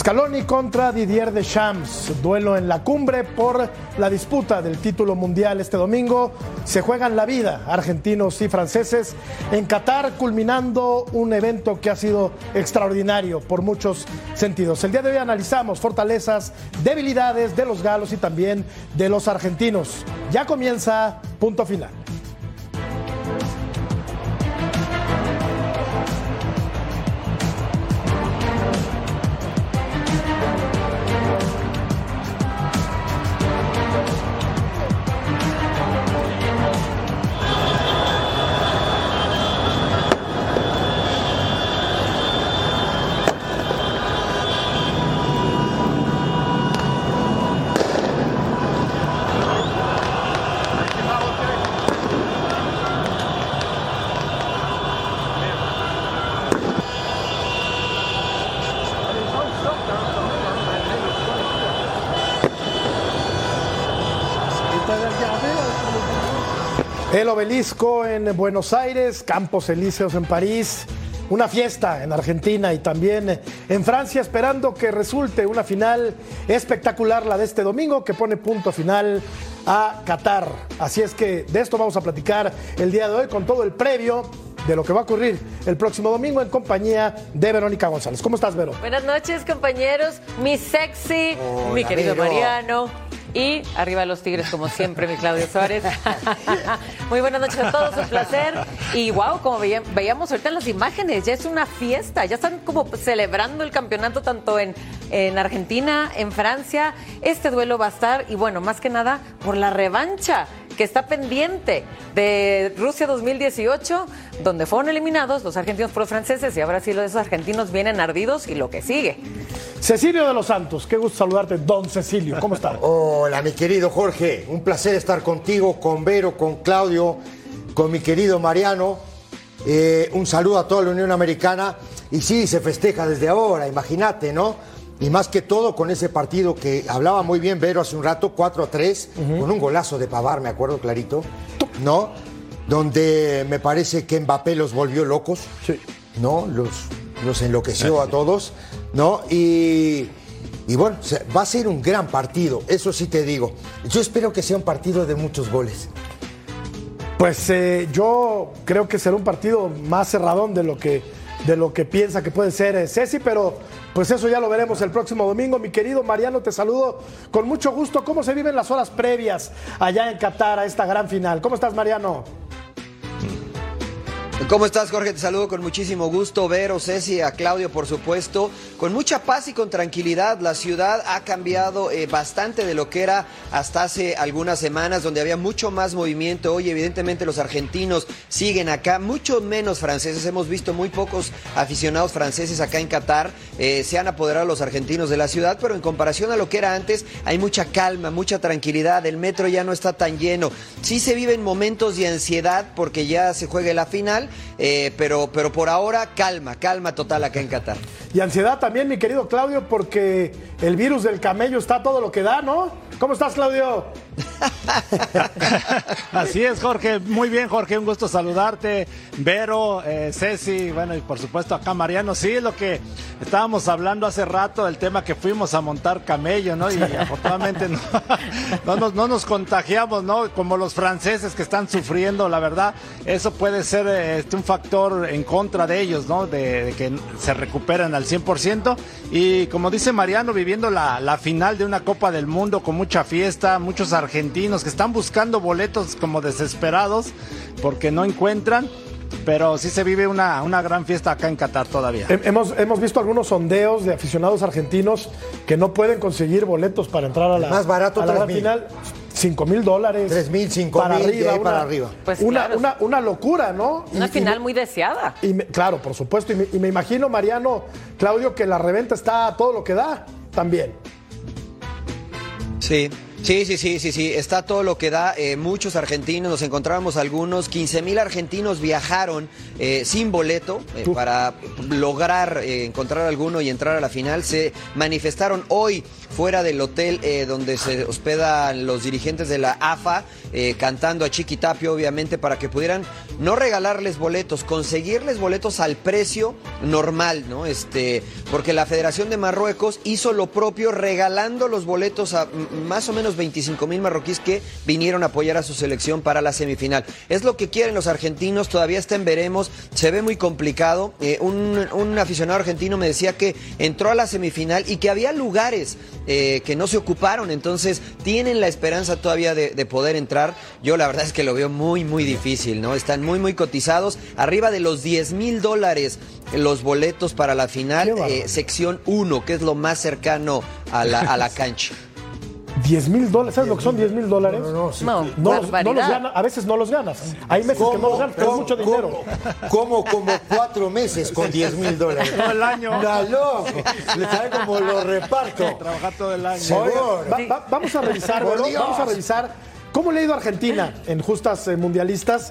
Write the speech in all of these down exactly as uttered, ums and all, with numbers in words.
Scaloni contra Didier Deschamps, duelo en la cumbre por la disputa del título mundial este domingo. Se juegan la vida argentinos y franceses en Qatar, culminando un evento que ha sido extraordinario por muchos sentidos. El día de hoy analizamos fortalezas, debilidades de los galos y también de los argentinos. Ya comienza Punto Final. El Obelisco en Buenos Aires, Campos Elíseos en París, una fiesta en Argentina y también en Francia, esperando que resulte una final espectacular la de este domingo que pone punto final a Qatar. Así es que de esto vamos a platicar el día de hoy con todo el previo de lo que va a ocurrir el próximo domingo en compañía de Verónica González. ¿Cómo estás, Vero? Buenas noches, compañeros. Mi sexy, Hola, mi querido Vero. Mariano. Y arriba los Tigres, como siempre, mi Claudio Suárez. Muy buenas noches a todos, un placer. Y wow, como veía, veíamos ahorita en las imágenes, ya es una fiesta, ya están como celebrando el campeonato tanto en, en Argentina, en Francia. Este duelo va a estar, y bueno, más que nada, por la revancha que está pendiente de Rusia dos mil dieciocho, donde fueron eliminados los argentinos por los franceses, y ahora sí los argentinos vienen ardidos y lo que sigue. Cecilio de los Santos, qué gusto saludarte, don Cecilio, ¿cómo estás? Hola, mi querido Jorge, un placer estar contigo, con Vero, con Claudio, con mi querido Mariano. Eh, un saludo a toda la Unión Americana. Y sí, se festeja desde ahora, imagínate, ¿no? Y más que todo con ese partido que hablaba muy bien Vero hace un rato, cuatro a tres, uh-huh. Con un golazo de Pavard, me acuerdo clarito, ¿no? Donde me parece que Mbappé los volvió locos, sí. ¿No? Los, los enloqueció a todos, ¿no? Y, y bueno, va a ser un gran partido, eso sí te digo. Yo espero que sea un partido de muchos goles. Pues eh, yo creo que será un partido más cerradón de lo que, de lo que piensa que puede ser eh, Ceci, pero pues eso ya lo veremos el próximo domingo. Mi querido Mariano, te saludo con mucho gusto. ¿Cómo se viven las horas previas allá en Qatar a esta gran final? ¿Cómo estás, Mariano? ¿Cómo estás, Jorge? Te saludo con muchísimo gusto. Vero, Ceci, a Claudio, por supuesto. Con mucha paz y con tranquilidad. La ciudad ha cambiado eh, bastante de lo que era hasta hace algunas semanas, donde había mucho más movimiento. Hoy, evidentemente, los argentinos siguen acá, mucho menos franceses. Hemos visto muy pocos aficionados franceses acá en Qatar. Eh, se han apoderado los argentinos de la ciudad, pero en comparación a lo que era antes, hay mucha calma, mucha tranquilidad. El metro ya no está tan lleno. Sí se viven momentos de ansiedad porque ya se juega la final. Eh, pero, pero por ahora, calma, calma total acá en Qatar. Y ansiedad también, mi querido Claudio, porque el virus del camello está todo lo que da, ¿no? ¿Cómo estás, Claudio? Así es, Jorge. Muy bien, Jorge. Un gusto saludarte. Vero, eh, Ceci, bueno, y por supuesto acá Mariano. Sí, es lo que estábamos hablando hace rato, el tema que fuimos a montar camello, ¿no? Y afortunadamente no, no, nos, no nos contagiamos, ¿no? Como los franceses que están sufriendo, la verdad. Eso puede ser este, un factor en contra de ellos, ¿no? De, de que se recuperen al cien por ciento. Y como dice Mariano, viviendo la, la final de una Copa del Mundo con mucha fiesta, muchos argentinos que están buscando boletos como desesperados porque no encuentran, pero sí se vive una, una gran fiesta acá en Qatar todavía. Hemos, hemos visto algunos sondeos de aficionados argentinos que no pueden conseguir boletos para entrar a la, más barato, a la gran final. cinco mil dólares. tres mil, cinco mil, arriba, una, para arriba. Pues una, claro. una, una locura, ¿no? Una y, final y, muy deseada. Y me, claro, por supuesto. Y me, y me imagino, Mariano, Claudio, que la reventa está a todo lo que da también. Sí. Sí, sí, sí, sí, sí, está todo lo que da, eh, muchos argentinos, nos encontrábamos algunos, quince mil argentinos viajaron eh, sin boleto eh, para lograr eh, encontrar alguno y entrar a la final, se manifestaron hoy fuera del hotel eh, donde se hospedan los dirigentes de la A F A, eh, cantando a Chiqui Tapia, obviamente, para que pudieran no regalarles boletos, conseguirles boletos al precio normal, ¿no? Este, porque la Federación de Marruecos hizo lo propio regalando los boletos a más o menos veinticinco mil marroquíes que vinieron a apoyar a su selección para la semifinal. Es lo que quieren los argentinos, todavía está en veremos, se ve muy complicado. Eh, un, un aficionado argentino me decía que entró a la semifinal y que había lugares eh, que no se ocuparon, entonces tienen la esperanza todavía de, de poder entrar. Yo la verdad es que lo veo muy, muy difícil, ¿no? Están muy, muy cotizados, arriba de los diez mil dólares los boletos para la final, eh, sección uno, que es lo más cercano a la, a la cancha. diez mil dólares, ¿sabes lo que son diez mil dólares? No, no, sí. No, No los, no los gana, a veces no los ganas. Hay meses que no los ganas, pero es mucho dinero. Como como cuatro meses con diez mil dólares. Todo el año. ¡Está loco! Le sabe cómo lo reparto. Trabajar todo el año. Seguro. Va- va- vamos a revisar, Por ¿no? Dios. Vamos a revisar cómo le ha ido a Argentina en justas eh, mundialistas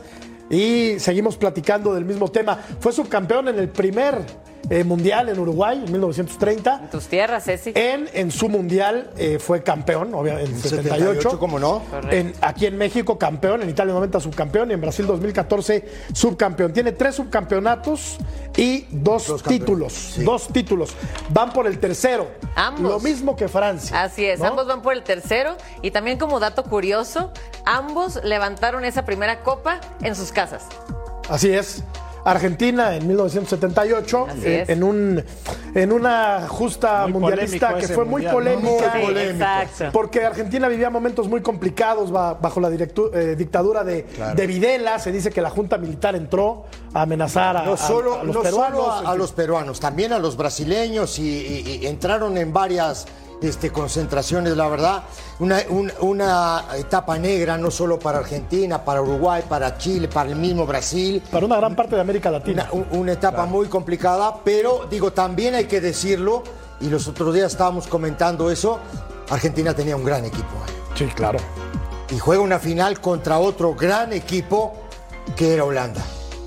y seguimos platicando del mismo tema. Fue subcampeón en el primer eh, mundial en Uruguay en mil novecientos treinta. En tus tierras, Ceci. En, en su mundial eh, fue campeón, obviamente, en setenta y ocho. ¿Cómo no? En, aquí en México campeón, en Italia noventa subcampeón y en Brasil dos mil catorce subcampeón. Tiene tres subcampeonatos y dos, Dos campeones, títulos. sí. Dos títulos. Van por el tercero. Ambos. Lo mismo que Francia. Así es, ¿no? ambos van por el tercero y también como dato curioso, ambos levantaron esa primera copa en sus casas. Así es. Argentina en mil novecientos setenta y ocho, Así eh, es. en, un, en una justa Muy mundialista polémico que ese fue muy mundial, ¿no? polémica. Muy Sí, polémico. exacto. Porque Argentina vivía momentos muy complicados ba- bajo la directu- eh, dictadura de, de Videla. Se dice que la junta militar entró a amenazar a, No a- solo, a los no peruanos. solo a, en a fin. los peruanos, también a los brasileños y, y- y entraron en varias este, concentraciones, la verdad. Una, un- una etapa negra no solo para Argentina, para Uruguay, para Chile, para el mismo Brasil. Para una gran parte de América Latina. Una, un- una etapa muy complicada, pero digo, también hay que decirlo, y los otros días estábamos comentando eso, Argentina tenía un gran equipo. ¿eh? Sí, claro. Y juega una final contra otro gran equipo que era Holanda.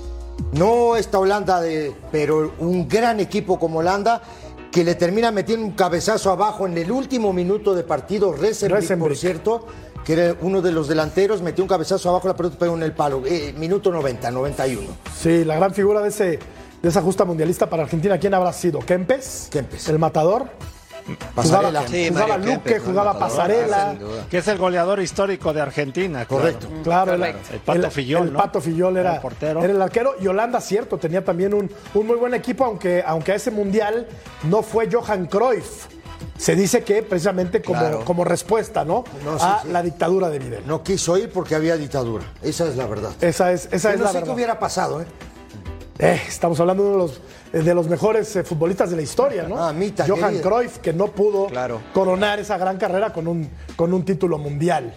No esta Holanda, de, pero un gran equipo como Holanda que le termina metiendo un cabezazo abajo en el último minuto de partido. Resenbrich, por Resenbrich. cierto, que era uno de los delanteros, metió un cabezazo abajo, la pelota pegó en el palo. Eh, minuto noventa, noventa y uno. Sí, la gran figura de, ese, de esa justa mundialista para Argentina, ¿quién habrá sido? ¿Kempes? Kempes. El matador. Pasarela. Jugaba, Sí, jugaba Mario Luque, Kempes, ¿no? jugaba El matador, Pasarela. sin duda. Que es el goleador histórico de Argentina. claro. Correcto. Claro, el, Correcto. El Pato Fillol, el ¿no? Pato Fillol era, Era el portero. era el arquero. Y Holanda, cierto, tenía también un, un muy buen equipo, aunque, aunque a ese mundial no fue Johan Cruyff. Se dice que precisamente como, Claro. como respuesta, ¿no? No, sí, a sí. la dictadura de Videla. No quiso ir porque había dictadura. Esa es la verdad. Esa es, esa Yo es no la sé verdad. qué hubiera pasado, ¿eh? Eh, estamos hablando de uno de los, eh, de los mejores eh, futbolistas de la historia, ¿no? Mamita Johan querida. Cruyff, que no pudo Claro. coronar esa gran carrera con un, con un título mundial.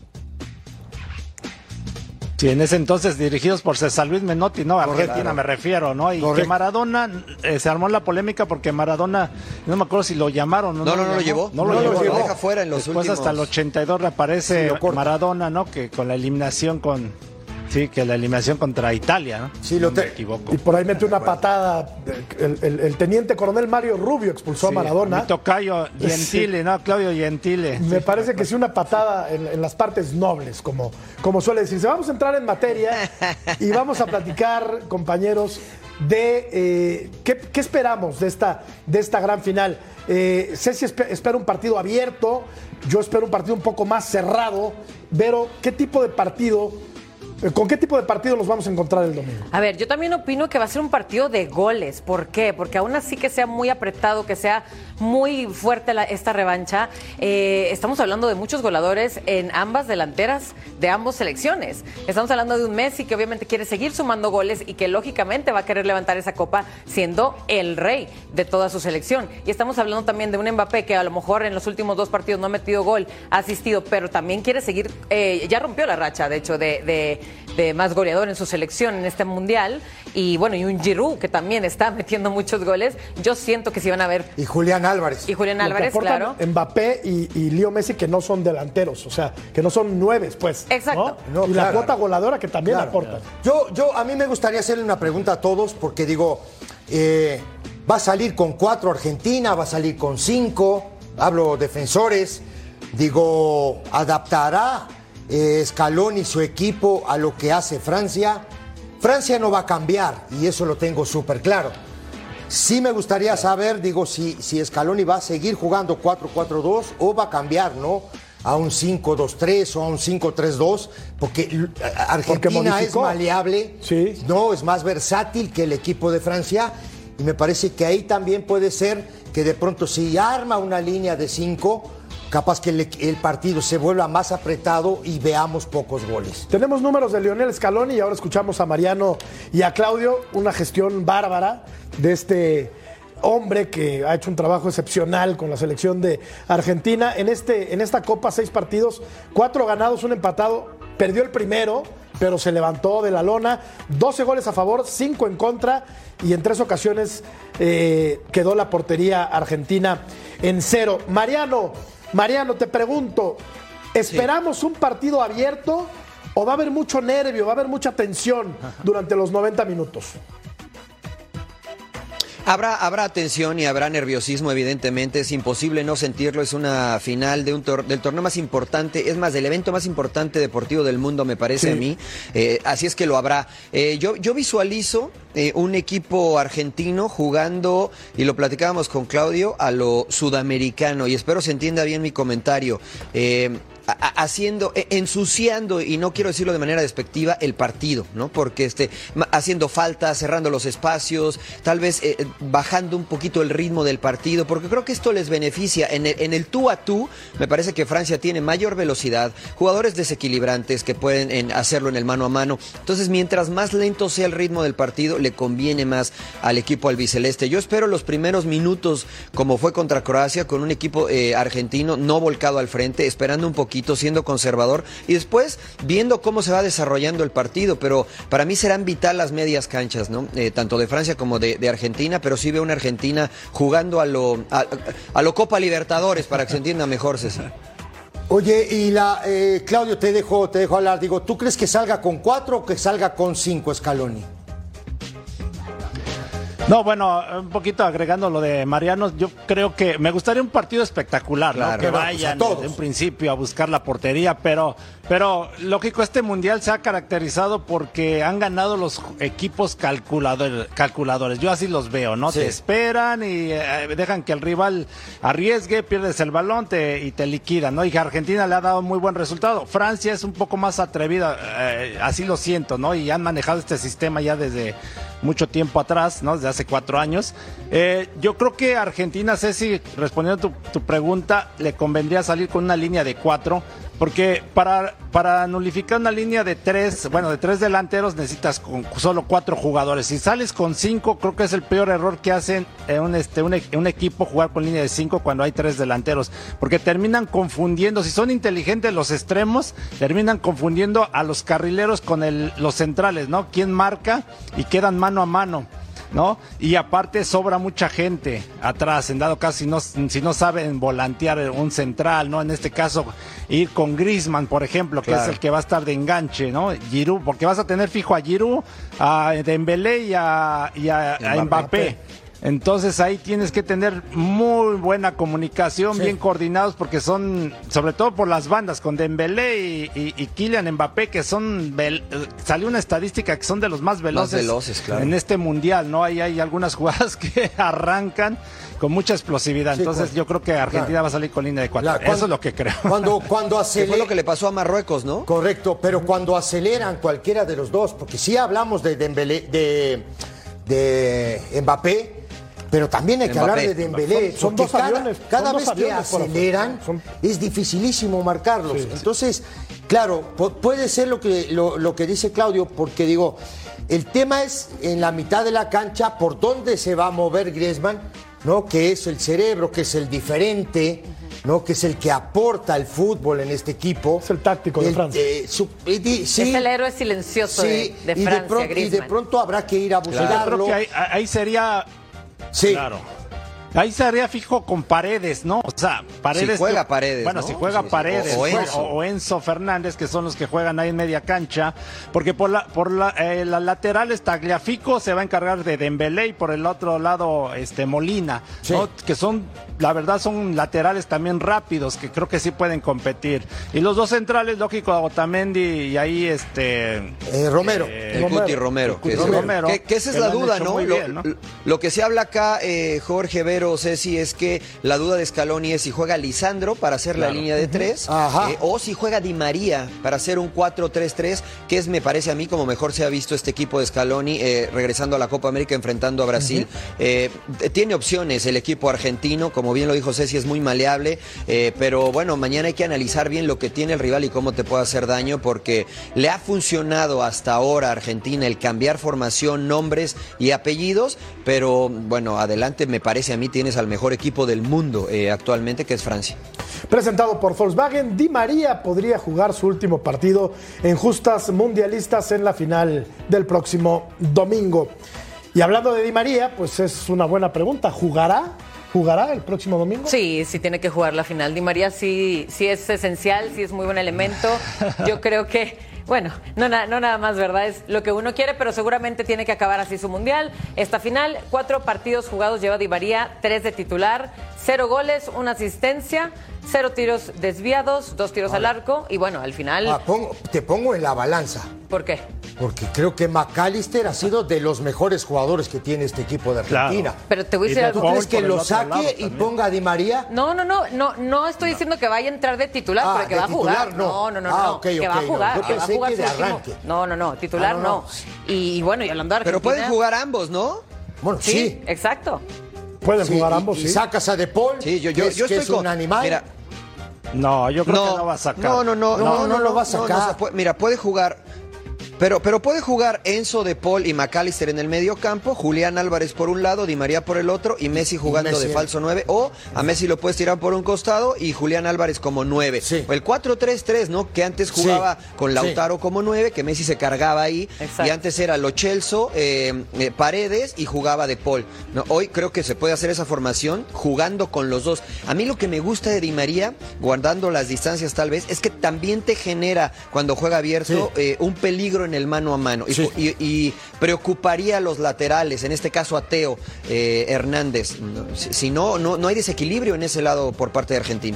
Sí, en ese entonces dirigidos por César Luis Menotti, ¿no? Argentina Claro. me refiero, ¿no? Y Correcto. que Maradona, eh, se armó la polémica porque Maradona, no me acuerdo si lo llamaron o No, no, no lo llamó. llevó. No lo No lo llevó. llevó. ¿no? Deja fuera en los Después últimos- hasta el ochenta y dos reaparece Sí, lo corta. Maradona, ¿no? Que con la eliminación con... Sí, que la eliminación contra Italia, ¿no? Sí, lo No me te- equivoco. Y por ahí mete una patada. El, el- el teniente coronel Mario Rubio expulsó a Maradona. Mi tocayo Gentile, ¿no? Claudio Gentile. Me parece que sí una patada en, en las partes nobles, como, como suele decirse. Vamos a entrar en materia y vamos a platicar, compañeros, de eh, ¿qué, qué esperamos de esta, de esta gran final. Eh, Ceci espe- espera un partido abierto, yo espero un partido un poco más cerrado. Pero, ¿qué tipo de partido, eh, con qué tipo de partido nos vamos a encontrar el domingo? A ver, yo también opino que va a ser un partido de goles. ¿Por qué? Porque aún así que sea muy apretado, que sea muy fuerte la- esta revancha, eh, estamos hablando de muchos goleadores en ambas delanteras de ambas selecciones. Estamos hablando de un Messi que obviamente quiere seguir sumando goles y que lógicamente va a querer levantar esa copa siendo el rey de toda su selección. Y estamos hablando también de un Mbappé que a lo mejor en los últimos dos partidos no ha metido gol, ha asistido, pero también quiere seguir, eh, ya rompió la racha, de hecho, de, de, de más goleador en su selección en este mundial. Y bueno, y un Giroud que también está metiendo muchos goles. Yo siento que sí van a ver. Y Julián Álvarez. Y Julián Lo que Álvarez, aportan claro. Mbappé y, y Leo Messi, que no son delanteros, o sea, que no son nueves, pues. Exacto. ¿no? No, y la claro. cuota goleadora que también Claro. aportan. Yo, yo, a mí me gustaría hacerle una pregunta a todos, porque digo, eh, ¿va a salir con cuatro Argentina? ¿Va a salir con cinco? hablo defensores, digo, ¿adaptará eh, Scaloni y su equipo a lo que hace Francia? Francia no va a cambiar y eso lo tengo súper claro. Sí me gustaría saber, digo, si, si Scaloni va a seguir jugando cuatro cuatro dos o va a cambiar, ¿no? A un cinco dos tres o a un cinco tres dos, porque Argentina porque es maleable, sí. No, es más versátil que el equipo de Francia y me parece que ahí también puede ser que de pronto si arma una línea de cinco, capaz que el, el partido se vuelva más apretado y veamos pocos goles. Tenemos números de Lionel Scaloni y ahora escuchamos a Mariano y a Claudio, una gestión bárbara de este hombre que ha hecho un trabajo excepcional con la selección de Argentina. En, este, en esta Copa, seis partidos, cuatro ganados, un empatado, perdió el primero, pero se levantó de la lona, doce goles a favor, cinco en contra y en tres ocasiones eh, quedó la portería argentina en cero. Mariano, Mariano, te pregunto, ¿esperamos sí. un partido abierto o va a haber mucho nervio, va a haber mucha tensión durante los noventa minutos? Habrá, habrá tensión y habrá nerviosismo, evidentemente, es imposible no sentirlo, es una final de un tor- del torneo más importante, es más, del evento más importante deportivo del mundo, me parece sí. a mí, eh, así es que lo habrá. Eh, yo, yo visualizo eh, un equipo argentino jugando, y lo platicábamos con Claudio, a lo sudamericano, y espero se entienda bien mi comentario, eh, haciendo, ensuciando, y no quiero decirlo de manera despectiva, el partido, ¿no? Porque este, haciendo falta, cerrando los espacios, tal vez eh, bajando un poquito el ritmo del partido, porque creo que esto les beneficia. En el, en el tú a tú, me parece que Francia tiene mayor velocidad, jugadores desequilibrantes que pueden en, hacerlo en el mano a mano. Entonces, mientras más lento sea el ritmo del partido, le conviene más al equipo albiceleste. Yo espero los primeros minutos, como fue contra Croacia, con un equipo eh, argentino no volcado al frente, esperando un poquito, siendo conservador y después viendo cómo se va desarrollando el partido, pero para mí serán vital las medias canchas, ¿no? Eh, tanto de Francia como de, de Argentina, pero sí veo una Argentina jugando a lo, a, a lo Copa Libertadores, para que se entienda mejor, César. Oye, y la eh, Claudio, te dejo, te dejo hablar, digo, ¿tú crees que salga con cuatro o que salga con cinco Scaloni? No, bueno, un poquito agregando lo de Mariano, yo creo que me gustaría un partido espectacular, claro, ¿no? Que vayan pues desde un principio a buscar la portería, pero, pero lógico, este mundial se ha caracterizado porque han ganado los equipos calculador, calculadores, yo así los veo, ¿no? Sí. Te esperan y eh, dejan que el rival arriesgue, pierdes el balón te, y te liquidan, ¿no? Y Argentina le ha dado muy buen resultado. Francia es un poco más atrevida, eh, así lo siento, ¿no? Y han manejado este sistema ya desde mucho tiempo atrás, ¿no? Desde hace cuatro años. Eh, yo creo que Argentina, Ceci, respondiendo a tu, tu pregunta, le convendría salir con una línea de cuatro, porque para, para nulificar una línea de tres, bueno, de tres delanteros necesitas con solo cuatro jugadores. Si sales con cinco, creo que es el peor error que hacen en un, este, un, un equipo jugar con línea de cinco cuando hay tres delanteros, porque terminan confundiendo, si son inteligentes los extremos, terminan confundiendo a los carrileros con el, los centrales, ¿no? ¿Quién marca? Y quedan mano a mano, ¿no? Y aparte sobra mucha gente atrás, en dado caso si no, si no saben volantear un central, ¿no? En este caso, ir con Griezmann, por ejemplo, que claro. es el que va a estar de enganche, ¿no? Giroud, porque vas a tener fijo a Giroud, a Dembélé y a, y a, a Mbappé. Entonces ahí tienes que tener muy buena comunicación, sí. bien coordinados, porque son, sobre todo por las bandas, con Dembélé y, y, y Kylian Mbappé, que son, salió una estadística que son de los más veloces, más veloces claro. en este mundial, ¿no? Ahí hay algunas jugadas que arrancan con mucha explosividad, sí, entonces claro. yo creo que Argentina claro. va a salir con línea de cuatro, claro, cuando, eso es lo que creo. Cuando, cuando acelera... fue lo que le pasó a Marruecos, ¿no? Correcto, pero cuando aceleran cualquiera de los dos, porque sí hablamos de Dembélé, de, de Mbappé, pero también hay que Mbappé. hablar de Dembélé, son, son dos cada, aviones, cada son vez dos que aceleran son... es dificilísimo marcarlos. Sí, Entonces, sí. claro, puede ser lo que, lo, lo que dice Claudio, porque digo, el tema es en la mitad de la cancha por dónde se va a mover Griezmann, ¿no? Que es el cerebro, que es el diferente, ¿no? Que es el que aporta el fútbol en este equipo. Es el táctico de el, Francia. Eh, su, eh, di, sí, es el héroe silencioso sí, de, de Francia, y de, pronto, y de pronto habrá que ir a buscarlo. Claro. Yo creo que ahí, ahí sería... Sí. Claro. Ahí estaría fijo con Paredes, ¿no? O sea, Paredes. Si juega Paredes. Bueno, ¿no? si juega sí, Paredes o, o, Enzo. O, o Enzo Fernández, que son los que juegan ahí en media cancha. Porque por la por la, eh, las laterales, Tagliafico se va a encargar de Dembélé y por el otro lado, este Molina, sí. ¿no? Que son, la verdad, son laterales también rápidos, que creo que sí pueden competir. Y los dos centrales, lógico, Otamendi y ahí este. Eh, Romero. Eh, el Cuti Romero. El Cuti Romero. Que, que esa es que la lo duda, ¿no? Bien, lo, ¿no? Lo que se habla acá, eh, Jorge, Vero, Ceci, es que la duda de Scaloni es si juega Lisandro para hacer claro. la línea de tres, eh, o si juega Di María para hacer un cuatro tres tres, que es, me parece a mí, como mejor se ha visto este equipo de Scaloni, eh, regresando a la Copa América, enfrentando a Brasil. Uh-huh. eh, tiene opciones el equipo argentino, como bien lo dijo Ceci, es muy maleable, eh, pero bueno, mañana hay que analizar bien lo que tiene el rival y cómo te puede hacer daño, porque le ha funcionado hasta ahora a Argentina el cambiar formación, nombres y apellidos, pero bueno, adelante me parece a mí tienes al mejor equipo del mundo eh, actualmente, que es Francia. Presentado por Volkswagen, Di María podría jugar su último partido en justas mundialistas en la final del próximo domingo. Y hablando de Di María, pues es una buena pregunta. ¿Jugará? ¿Jugará el próximo domingo? Sí, sí tiene que jugar la final. Di María sí, sí es esencial, sí es muy buen elemento. Yo creo que... Bueno, no, na, no nada más, ¿verdad? Es lo que uno quiere, pero seguramente tiene que acabar así su mundial. Esta final, cuatro partidos jugados lleva Di María, tres de titular, cero goles, una asistencia, cero tiros desviados, dos tiros Ahora. al arco y bueno, al final... Ah, pongo, te pongo en la balanza. ¿Por qué? Porque creo que McAllister ha sido de los mejores jugadores que tiene este equipo de Argentina. Claro. Pero te voy a decir algo. ¿Tú crees que lo saque y ponga a Di María? No, no, no, no, no estoy no. diciendo que vaya a entrar de titular, ah, pero que va a jugar. Titular, no. no, no, no, ah, no. Okay, que okay, va a jugar. No. Yo que pensé va a jugar que de arranque. No, no, no, titular ah, no, no. no. Y, y bueno, y hablando de Argentina... Pero pueden jugar ambos, ¿no? Bueno, sí. Sí, exacto. Pueden sí, jugar y, ambos, y sí. sacas a De Paul, sí, yo, yo, que es, yo estoy que es con, un animal. Mira, no, yo creo no, que no va a sacar. No, no, no, no, no, no, no lo va a sacar. No, no puede, mira, puede jugar... Pero, pero puede jugar Enzo, De Paul y McAllister en el medio campo, Julián Álvarez por un lado, Di María por el otro y Messi jugando y Messi. de falso nueve, o a Messi lo puedes tirar por un costado y Julián Álvarez como nueve. Sí. El cuatro tres tres, ¿no? Que antes jugaba sí. con Lautaro sí. como nueve, que Messi se cargaba ahí. Exacto. Y antes era Lo Celso, eh, eh, Paredes y jugaba De Paul. ¿No? Hoy creo que se puede hacer esa formación jugando con los dos. A mí lo que me gusta de Di María, guardando las distancias tal vez, es que también te genera, cuando juega abierto, sí. eh, un peligro en el mano a mano y, sí. y, y preocuparía a los laterales, en este caso a Teo eh, Hernández. Si, si no, no, no hay desequilibrio en ese lado por parte de Argentina.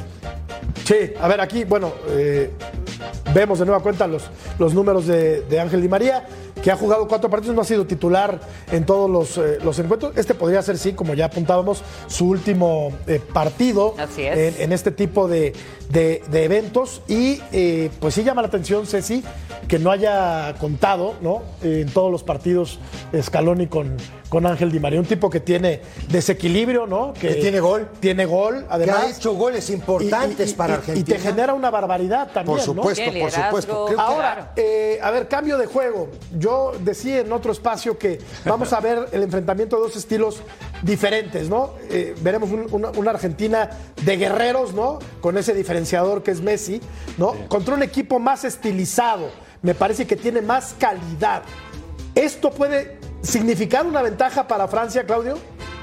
Sí, a ver, aquí, bueno, eh, vemos de nueva cuenta los, los números de, de Ángel Di María, que ha jugado cuatro partidos, no ha sido titular en todos los, eh, los encuentros. Este podría ser, sí, como ya apuntábamos, su último eh, partido Así es. En, en este tipo de, de, de eventos. Y eh, pues sí llama la atención, Ceci, que no haya contado, ¿no? En todos los partidos Scaloni con, con Ángel Di María. Un tipo que tiene desequilibrio, ¿no? Que, que tiene gol. Tiene gol, además. Que ha hecho goles importantes y, y, para y, Argentina. Y te genera una barbaridad también, por supuesto, ¿no? Por supuesto, Creo Ahora, eh, a ver, cambio de juego. Yo decía en otro espacio que vamos a ver el enfrentamiento de dos estilos diferentes, ¿no? Eh, veremos un, una, una Argentina de guerreros, ¿no? Con ese diferenciador que es Messi, ¿no? Sí. Contra un equipo más estilizado. Me parece que tiene más calidad. ¿Esto puede significar una ventaja para Francia, Claudio?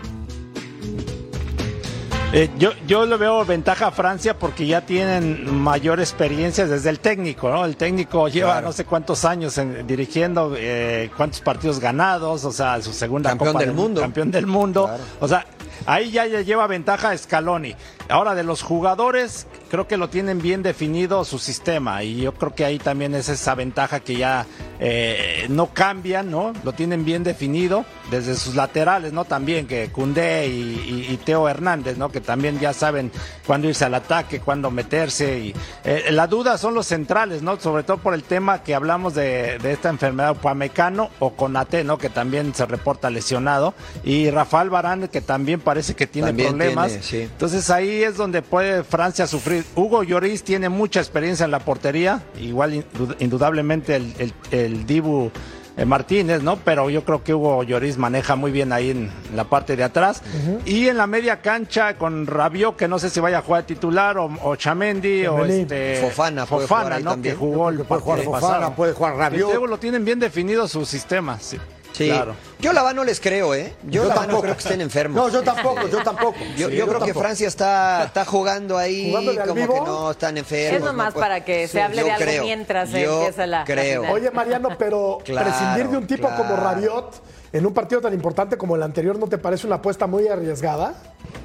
Eh, yo, yo le veo ventaja a Francia porque ya tienen mayor experiencia desde el técnico, ¿no? El técnico lleva claro. no sé cuántos años en, dirigiendo, eh, cuántos partidos ganados, o sea, su segunda campeón Copa del, del mundo. Campeón del mundo. Claro. O sea, ahí ya, ya lleva ventaja Scaloni. Ahora, de los jugadores, creo que lo tienen bien definido su sistema y yo creo que ahí también es esa ventaja que ya eh, no cambian, ¿no? Lo tienen bien definido desde sus laterales, ¿no? También que Koundé y, y, y Teo Hernández, ¿no? Que también ya saben cuándo irse al ataque, cuándo meterse. Y eh, la duda son los centrales, ¿no? Sobre todo por el tema que hablamos de, de esta enfermedad Upamecano o Konaté, ¿no? Que también se reporta lesionado, y Rafael Varane, que también parece que tiene también problemas. Tiene, sí. Entonces ahí es donde puede Francia sufrir. Hugo Lloris tiene mucha experiencia en la portería, igual indudablemente el, el, el Dibu eh, Martínez, ¿no? Pero yo creo que Hugo Lloris maneja muy bien ahí en la parte de atrás. Uh-huh. Y en la media cancha con Rabiot, que no sé si vaya a jugar titular, o, o Chamendi, o este Fofana, puede Fofana, jugar ahí ¿no? también. Que jugó el puede jugar Fofana, puede jugar Rabiot. Lo tienen bien definido su sistema, sí. Sí. Claro. Yo la verdad no les creo, ¿eh? Yo, Yo la verdad no tampoco. creo que estén enfermos. No, yo tampoco, yo tampoco. Yo, Sí, yo creo que tampoco. Francia está, está jugando ahí ¿Jugándole al como vivo? que no están enfermos. Es nomás no, pues, para que se sí, hable yo de algo creo, mientras yo empieza la, la creo. final. Oye, Mariano, pero Claro, prescindir de un tipo claro. como Rabiot en un partido tan importante como el anterior, ¿no te parece una apuesta muy arriesgada?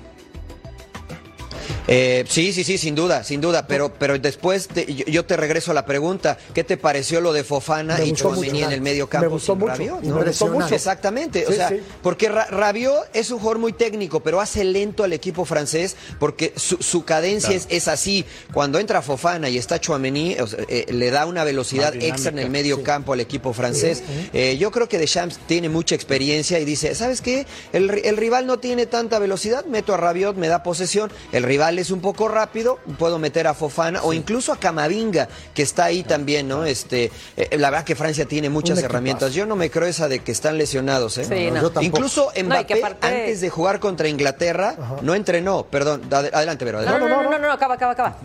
Eh, sí, sí, sí, sin duda, sin duda, pero, pero después te- yo, yo te regreso a la pregunta, ¿qué te pareció lo de Fofana Me y gustó Tchouaméni mucho. en el medio campo Me gustó sin mucho. Rabiot, Y ¿no? me gustó mucho. Exactamente, o Sí, sea, sí. porque Ra- Rabiot es un jugador muy técnico, pero hace lento al equipo francés porque su, su cadencia es, es así. Cuando entra Fofana y está Tchouaméni, o sea, eh, le da una velocidad Más dinámica, extra en el medio campo al equipo francés. Eh, yo creo que Deschamps tiene mucha experiencia y dice, ¿sabes qué? El, ri- el rival no tiene tanta velocidad, meto a Rabiot, me da posesión, el rival es un poco rápido, puedo meter a Fofana o incluso a Camavinga, que está ahí también, ¿no? Este, eh, la verdad que Francia tiene muchas Un equipazo. herramientas. Yo no me creo esa de que están lesionados, ¿eh? Sí, No, no. yo tampoco. Incluso No, y Mbappé, que aparte- antes de jugar contra Inglaterra, no entrenó. Perdón, ad- adelante, Vero. No, adelante. no, no, no, no, no, acaba, acaba, acaba.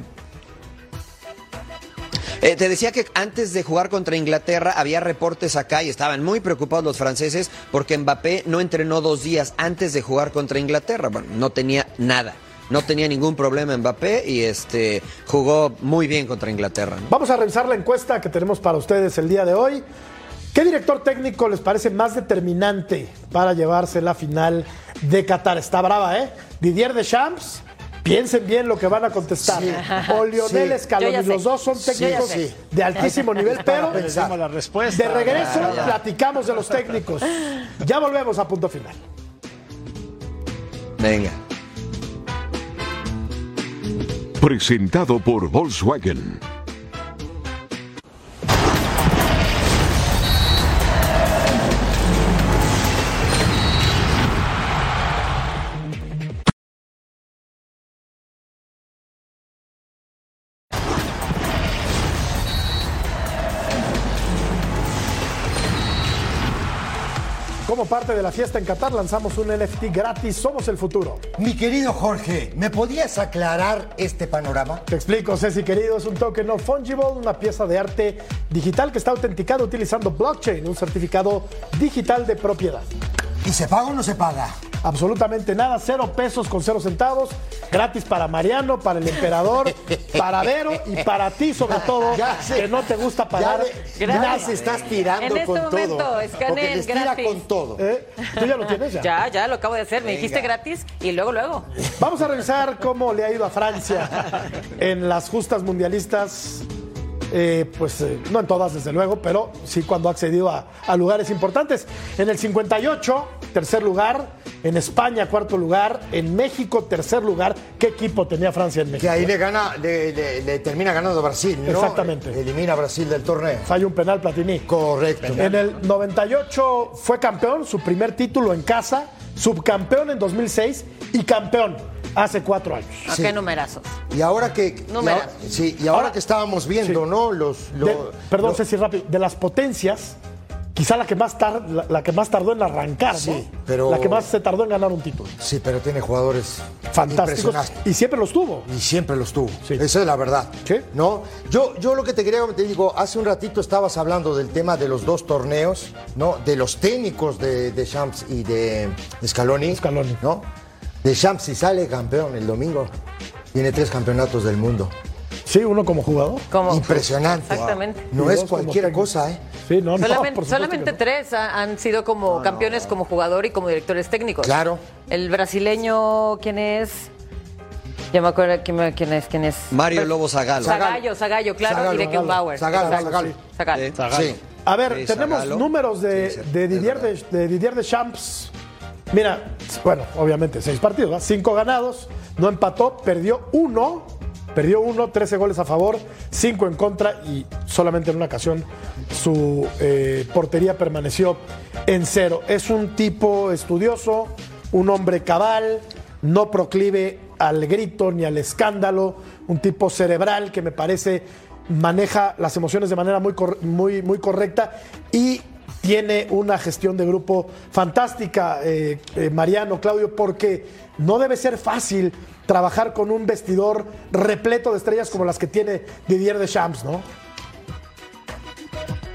Eh, te decía que antes de jugar contra Inglaterra había reportes acá y estaban muy preocupados los franceses porque Mbappé no entrenó dos días antes de jugar contra Inglaterra. Bueno, no tenía nada. No tenía ningún problema Mbappé y este jugó muy bien contra Inglaterra, ¿no? Vamos a revisar la encuesta que tenemos para ustedes el día de hoy. ¿Qué director técnico les parece más determinante para llevarse la final de Qatar? Está brava, ¿eh? Didier Deschamps. Piensen bien lo que van a contestar. Sí. O Lionel Sí. Scaloni. Yo ya sé. Los dos son Yo ya técnicos sé. de altísimo nivel, pero Les dimos la respuesta. de regreso Ya, ya. platicamos de los técnicos. Ya volvemos a Punto Final. Venga. Presentado por Volkswagen. Como parte de la fiesta en Qatar, lanzamos un N F T gratis. Somos el futuro. Mi querido Jorge, ¿me podías aclarar este panorama? Te explico, Ceci, querido. Es un token no fungible, una pieza de arte digital que está autenticada utilizando blockchain, un certificado digital de propiedad. ¿Y se paga o no se paga? Absolutamente nada, cero pesos con cero centavos, gratis para Mariano, para el emperador, para Vero y para ti sobre todo, Ya sé. que no te gusta pagar Ya, de- ya nada. se estás tirando En este con momento, todo. escaneen Porque les tira gratis. con todo. ¿Eh? ¿Tú ya lo tienes ya? Ya, ya lo acabo de hacer. Me dijiste gratis y luego, luego. Vamos a revisar cómo le ha ido a Francia en las justas mundialistas. Eh, pues eh, no en todas, desde luego, pero sí cuando ha accedido a, a lugares importantes. En el cincuenta y ocho, tercer lugar. En España, cuarto lugar. En México, tercer lugar. ¿Qué equipo tenía Francia en México? Que ahí le gana, le, le- le termina ganando Brasil, ¿no? Exactamente. Elimina a Brasil del torneo. Falla un penal Platini. Correcto. En el noventa y ocho fue campeón, su primer título en casa, subcampeón en dos mil seis y campeón hace cuatro años. ¿A Sí. qué numerazos? Y ahora que, y Números. ahora, sí, y ahora, Ahora- que estábamos viendo, sí. ¿no? Los, lo- De- perdón, lo- Ceci, rápido. De las potencias, quizá la que más, tar- la, la que más tardó en arrancar, ¿no? Sí, pero- La que más se tardó en ganar un título. Sí, pero tiene jugadores Fantásticos. impresionantes. Y siempre los tuvo. Y siempre los tuvo. Sí. Esa es la verdad. Sí. ¿No? Yo, yo lo que te quería, te digo, hace un ratito estabas hablando del tema de los dos torneos, ¿no? De los técnicos de, de Champs y de Scaloni. Scaloni. ¿No? De Champs, si sale campeón el domingo, tiene tres campeonatos del mundo. Sí, uno como jugador. Como- Impresionante. Exactamente. No Y es dos como cualquier técnico. cosa, ¿eh? Sí, no, no, Solamente, por supuesto solamente que no. tres ha- han sido como campeones como jugador y como directores técnicos. Claro. El brasileño, ¿quién es? Ya me acuerdo quién, me- quién es, quién es. Mario Lobo Zagallo. Zagallo, Zagallo, claro, Zagallo, y de Zagallo. Bauer. Zagallo, Exacto, Zagallo. sí, Zagallo. Sí. Zagallo. Sí. A ver, Sí, tenemos Zagallo. números de, Sí, sí, de es Didier de, verdad. de Didier Deschamps. Mira, bueno, obviamente seis partidos, ¿verdad? Cinco ganados, no empató, perdió uno, perdió uno, trece goles a favor, cinco en contra y solamente en una ocasión su eh, portería permaneció en cero. Es un tipo estudioso, un hombre cabal, no proclive al grito ni al escándalo, un tipo cerebral que me parece maneja las emociones de manera muy, cor- muy, muy correcta y tiene una gestión de grupo fantástica, eh, eh, Mariano, Claudio, porque no debe ser fácil trabajar con un vestidor repleto de estrellas como las que tiene Didier Deschamps, ¿no?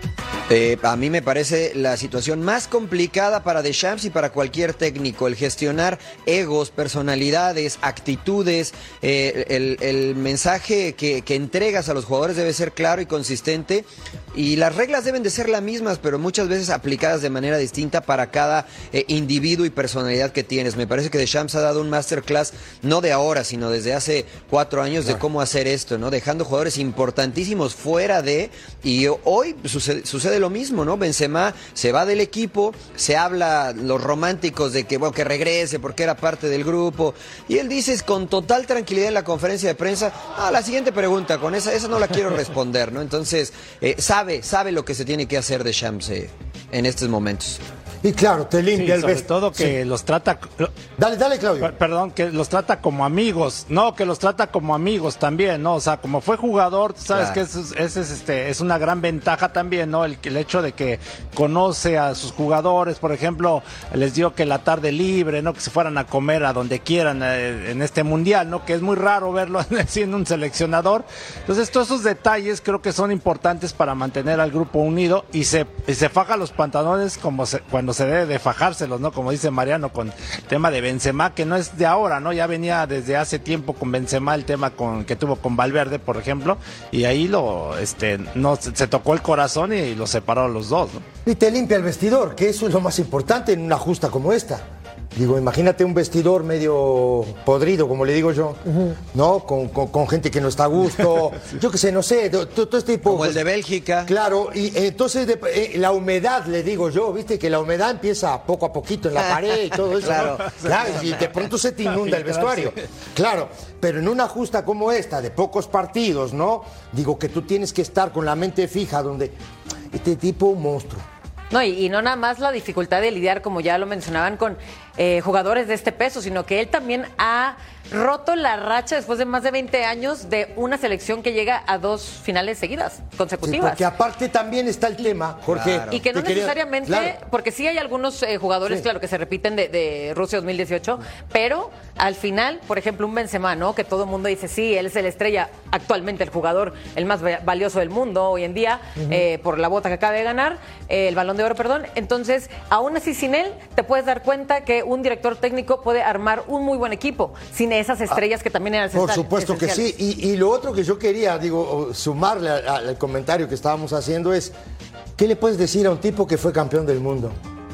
Eh, a mí me parece la situación más complicada para Deschamps y para cualquier técnico, el gestionar egos, personalidades, actitudes, eh, el, el mensaje que, que entregas a los jugadores debe ser claro y consistente, y las reglas deben de ser las mismas, pero muchas veces aplicadas de manera distinta para cada eh, individuo y personalidad que tienes. Me parece que Deschamps ha dado un masterclass, no de ahora, sino desde hace cuatro años, de cómo hacer esto, ¿no? Dejando jugadores importantísimos fuera de, y hoy sucede, sucede lo mismo, ¿no? Benzema se va del equipo, se habla los románticos de que, bueno, que regrese porque era parte del grupo, y él dice con total tranquilidad en la conferencia de prensa, ah, la siguiente pregunta, con esa, esa no la quiero responder, ¿no? Entonces, eh, sabe, sabe lo que se tiene que hacer de Deschamps eh, en estos momentos. Y claro, te limpia sí, el vestido. Sobre todo que sí. los trata... Dale, dale, Claudio. Perdón, que los trata como amigos. No, que los trata como amigos también, ¿no? O sea, como fue jugador, tú sabes, claro, que es, es, es, este, es una gran ventaja también, ¿no? El, el hecho de que conoce a sus jugadores, por ejemplo, les dio que la tarde libre, ¿no? Que se fueran a comer a donde quieran eh, en este mundial, ¿no? Que es muy raro verlo siendo un seleccionador. Entonces, todos esos detalles creo que son importantes para mantener al grupo unido, y se, y se faja los pantalones como se, cuando se debe de fajárselos, ¿no? Como dice Mariano, con el tema de Benzema, que no es de ahora, ¿no? Ya venía desde hace tiempo con Benzema el tema con que tuvo con Valverde, por ejemplo, y ahí lo, este, no, se, se tocó el corazón y los separó a los dos, ¿no? Y te limpia el vestidor, que eso es lo más importante en una justa como esta. Digo, imagínate un vestidor medio podrido, como le digo yo, uh-huh. ¿no? Con, con, con gente que no está a gusto, sí. Yo qué sé, no sé, todo, todo este tipo... Como el de Bélgica. Claro, y eh, entonces de, eh, la humedad, le digo yo, viste, que la humedad empieza poco a poquito en la pared y todo eso, claro. ¿no? Claro, y de pronto se te inunda el vestuario. Claro, pero en una justa como esta, de pocos partidos, ¿no? Digo que tú tienes que estar con la mente fija, donde este tipo un monstruo. No, y, y no nada más la dificultad de lidiar, como ya lo mencionaban, con eh, jugadores de este peso, sino que él también ha roto la racha después de más de veinte años de una selección que llega a dos finales seguidas, consecutivas. Sí, porque aparte también está el tema, Jorge. Claro. Y que no necesariamente, quería... claro. porque sí hay algunos eh, jugadores, sí. claro, que se repiten de, de Rusia dos mil dieciocho, pero al final, por ejemplo, un Benzema, ¿no? Que todo el mundo dice, sí, él es el estrella, actualmente el jugador, el más valioso del mundo hoy en día, uh-huh. eh, por la bota que acaba de ganar, eh, el Balón de Oro, perdón. Entonces, aún así, sin él, te puedes dar cuenta que un director técnico puede armar un muy buen equipo, sin esas estrellas ah, que también eran por supuesto que sí, y, y lo otro que yo quería, digo, sumarle al, al comentario que estábamos haciendo es, ¿qué le puedes decir a un tipo que fue campeón del mundo?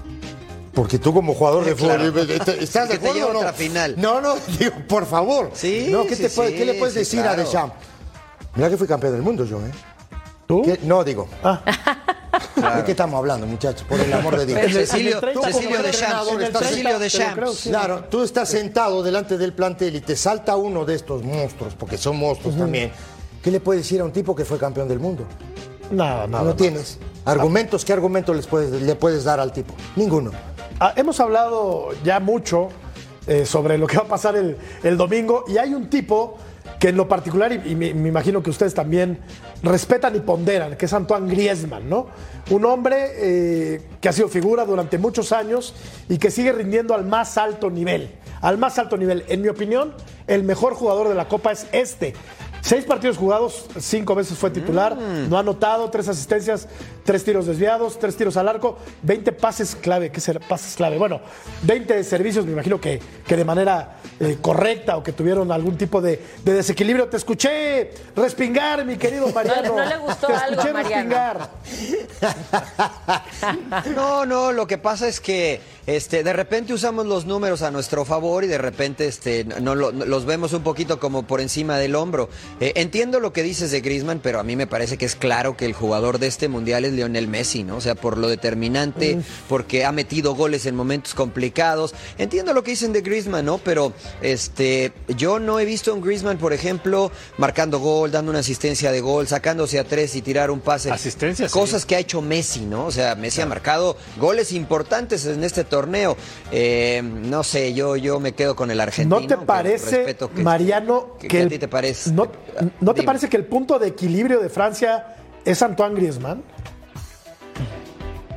Porque tú como jugador de claro. fútbol, ¿estás de acuerdo o no? Otra final. No, no, digo, por favor. Sí, no, ¿qué, sí, te sí, puede, ¿qué le puedes sí, decir claro. a Deschamps? Mira que fui campeón del mundo yo, ¿eh? ¿Tú? ¿Qué? No, digo. Ah. Claro. ¿De qué estamos hablando, muchachos? Por el amor de Dios. Cecilio, tú Cecilio Deschamps. Cecilio Deschamps. Sí. Claro, tú estás sentado delante del plantel y te salta uno de estos monstruos, porque son monstruos uh-huh. también. ¿Qué le puedes decir a un tipo que fue campeón del mundo? Nada, nada. No más. tienes argumentos. ¿Qué argumentos les puedes, le puedes dar al tipo? Ninguno. Ah, hemos hablado ya mucho eh, sobre lo que va a pasar el, el domingo, y hay un tipo que en lo particular, y, y me, me imagino que ustedes también respetan y ponderan, que es Antoine Griezmann, ¿no? Un hombre eh, que ha sido figura durante muchos años y que sigue rindiendo al más alto nivel, al más alto nivel. En mi opinión, el mejor jugador de la Copa es este. Seis partidos jugados, cinco veces fue titular, mm. no ha anotado, tres asistencias, tres tiros desviados, tres tiros al arco, veinte pases clave. ¿Qué será pases clave? Bueno, veinte servicios, me imagino que, que de manera eh, correcta o que tuvieron algún tipo de, de desequilibrio. Te escuché respingar, mi querido Mariano. No, no le gustó Te algo escuché a Mariano. respingar. No, no, lo que pasa es que este, de repente usamos los números a nuestro favor y de repente este, no, lo, no los vemos un poquito como por encima del hombro. Eh, entiendo lo que dices de Griezmann, pero a mí me parece que es claro que el jugador de este mundial es Lionel Messi, ¿no? O sea, por lo determinante, mm. porque ha metido goles en momentos complicados. Entiendo lo que dicen de Griezmann, ¿no? Pero este, yo no he visto a un Griezmann, por ejemplo, marcando gol, dando una asistencia de gol, sacándose a tres y tirar un pase. Asistencia, Cosas sí. que ha hecho Messi, ¿no? O sea, Messi claro. ha marcado goles importantes en este torneo. Eh, no sé, yo, yo me quedo con el argentino. ¿No te parece, que, Mariano, que, que, que el, a ti te parece? ¿No, ¿no te Dime. parece que el punto de equilibrio de Francia es Antoine Griezmann?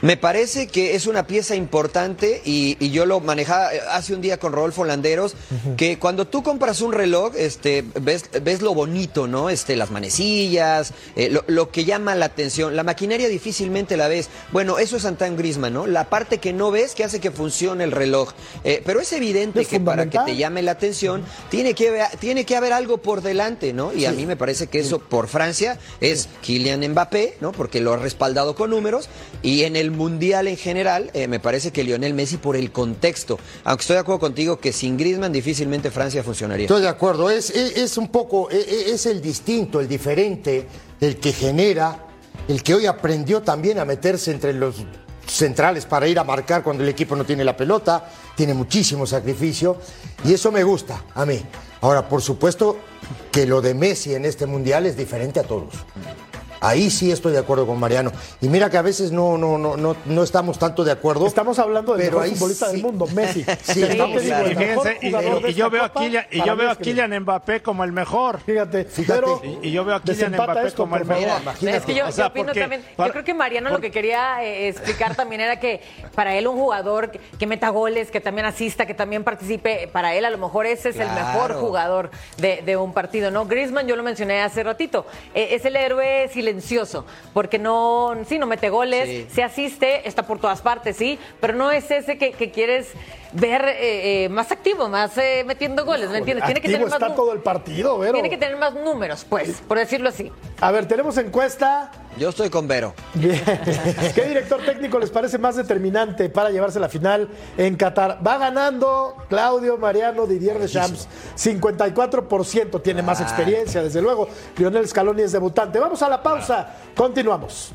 Me parece que es una pieza importante y, y yo lo manejaba hace un día con Rodolfo Landeros, uh-huh. que cuando tú compras un reloj, este, ves, ves lo bonito, ¿no? Este, las manecillas, eh, lo, lo que llama la atención. La maquinaria difícilmente la ves. Bueno, eso es Antoine Griezmann, ¿no? La parte que no ves que hace que funcione el reloj. Eh, pero es evidente es que para que te llame la atención, uh-huh. tiene que, tiene que haber algo por delante, ¿no? Y sí. a mí me parece que eso por Francia es Kylian Mbappé, ¿no? Porque lo ha respaldado con números, y en el Mundial en general, eh, me parece que Lionel Messi por el contexto, aunque estoy de acuerdo contigo que sin Griezmann difícilmente Francia funcionaría. Estoy de acuerdo, es, es, es un poco, es, es el distinto, el diferente, el que genera, el que hoy aprendió también a meterse entre los centrales para ir a marcar cuando el equipo no tiene la pelota, tiene muchísimo sacrificio, y eso me gusta a mí. Ahora, por supuesto que lo de Messi en este Mundial es diferente a todos. Ahí sí estoy de acuerdo con Mariano. Y mira que a veces no, no, no, no, no estamos tanto de acuerdo. Estamos hablando del mejor futbolista sí. del mundo, Messi. Sí, sí, claro. Y, fíjense, y, y, y yo veo a Kylian, y yo veo a Kylian Mbappé como el mejor. Fíjate, Fíjate. Pero y, y yo veo a Kylian Mbappé esto, como el mejor. Mira, es que yo, o sea, yo opino porque, también, para, yo creo que Mariano por, lo que quería eh, explicar también era que para él un jugador que, que meta goles, que también asista, que también participe, para él a lo mejor ese es claro. el mejor jugador de, de un partido, ¿no? Griezmann, yo lo mencioné hace ratito, eh, es el héroe silencioso, porque no, sí, no mete goles, sí. se asiste, está por todas partes, sí, pero no es ese que, que quieres ver eh, eh, más activo, más eh, metiendo goles, ¿me entiendes? Tiene que tener está más todo el partido, Vero. Tiene que tener más números, pues, por decirlo así. A ver, tenemos encuesta. Yo estoy con Vero. Bien. ¿Qué director técnico les parece más determinante para llevarse la final en Qatar? Va ganando Claudio Mariano Didier Deschamps, cincuenta y cuatro por ciento, tiene más experiencia, desde luego. Lionel Scaloni es debutante. Vamos a la pausa, continuamos.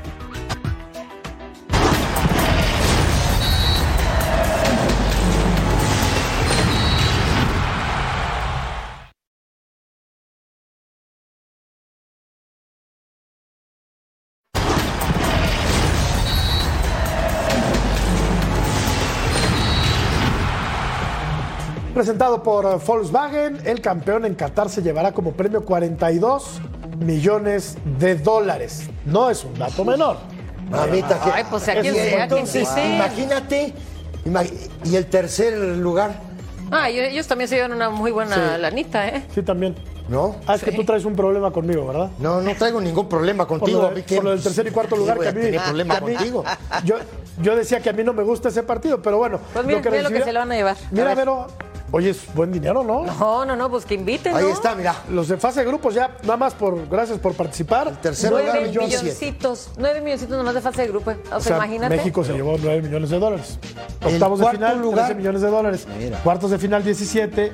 Presentado por Volkswagen, el campeón en Qatar se llevará como premio cuarenta y dos millones de dólares. No es un dato menor. Mamita, que... Ay, pues aquí sea, entonces, ¿quién imagínate, imag... y el tercer lugar. Ah, ellos también se llevan una muy buena sí. lanita, ¿eh? Sí, también. ¿No? Ah, es sí. que tú traes un problema conmigo, ¿verdad? No, no traigo ningún problema contigo. Por lo, de, por lo del tercer y cuarto lugar, sí, que a mí... Tiene problema a mí, contigo. Yo, yo decía que a mí no me gusta ese partido, pero bueno. Pues mira, lo que, mira recibía, lo que se lo van a llevar. Mira, Vero... Oye, es buen dinero, ¿no? No, no, no, pues que inviten, ¿no? Ahí está, mira. Los de fase de grupos ya, nada más por, gracias por participar. El tercer nueve lugar, millón milloncitos, nueve milloncitos nomás de fase de grupo. O sea, o sea, imagínate. México se llevó nueve millones de dólares. El Octavos de final, lugar, trece millones de dólares. Mira. Cuartos de final, diecisiete.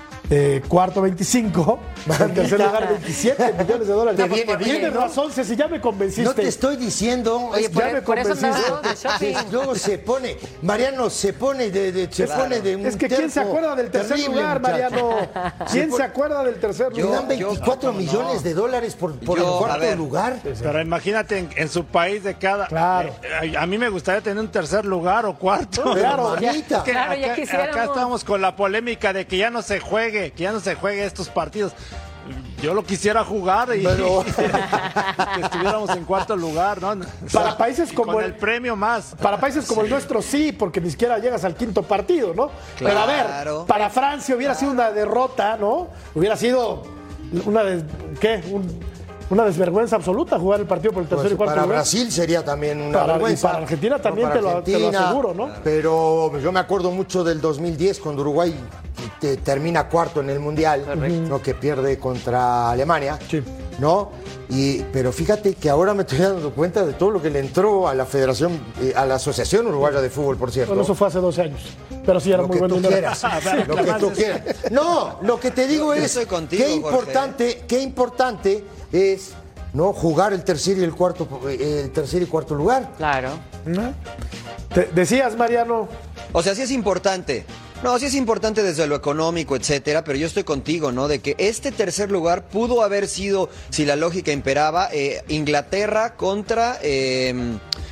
Eh, cuarto, veinticinco. En tercer lugar, veintisiete millones de dólares. Te viene bien, Tienes ¿no? razón, Ceci, ya me convenciste. No te estoy diciendo. Oye, es, por, ya me por eso convenciste. andaba de shopping. Luego se pone, Mariano se pone de, de se Claro. pone de un Es que ¿quién se terco acuerda del tercer terrible, lugar, muchacho. Mariano? ¿Quién pone- se acuerda del tercer Le lugar? dan veinticuatro yo- millones no. de dólares por, por Yo, el a cuarto ver. lugar. Pero imagínate en, en su país de cada... Claro. eh, a, a mí me gustaría tener un tercer lugar o cuarto. Claro, mamita. Es que Claro, ya acá, quisiéramos. acá estamos con la polémica de que ya no se juegue, que ya no se juegue estos partidos. Yo lo quisiera jugar y Pero- que estuviéramos en cuarto lugar, ¿no? O sea, Para países como con el- el premio más. Para países como el nuestro sí, porque ni siquiera llegas al quinto partido, ¿no? Pero a ver, Claro. para Francia hubiera sido una derrota, ¿no? Hubiera sido una des- ¿qué? Un- una desvergüenza absoluta jugar el partido por el tercer Pues y cuarto para lugar. Brasil sería también una Para- y vergüenza. para Argentina también para te lo- te lo Argentina, aseguro, ¿no? Pero yo me acuerdo mucho del dos mil diez cuando Uruguay te- termina cuarto en el Mundial, ¿no? Que pierde contra Alemania, Sí. ¿no? Y, pero fíjate que ahora me estoy dando cuenta de todo lo que le entró a la Federación, eh, a la Asociación Uruguaya de Fútbol, por cierto. Bueno, eso fue hace doce años. Pero sí era Lo muy que buen tú dinero. quieras, lo que tú quieras. No, lo que te digo Yo es estoy contigo, qué Jorge. importante, qué importante es no jugar el tercer y el cuarto, el tercer y cuarto lugar. Claro. ¿No? Te- decías, Mariano, O sea, sí es importante. No, sí es importante desde lo económico, etcétera, pero yo estoy contigo, ¿no? De que este tercer lugar pudo haber sido, si la lógica imperaba, eh, Inglaterra contra... Eh,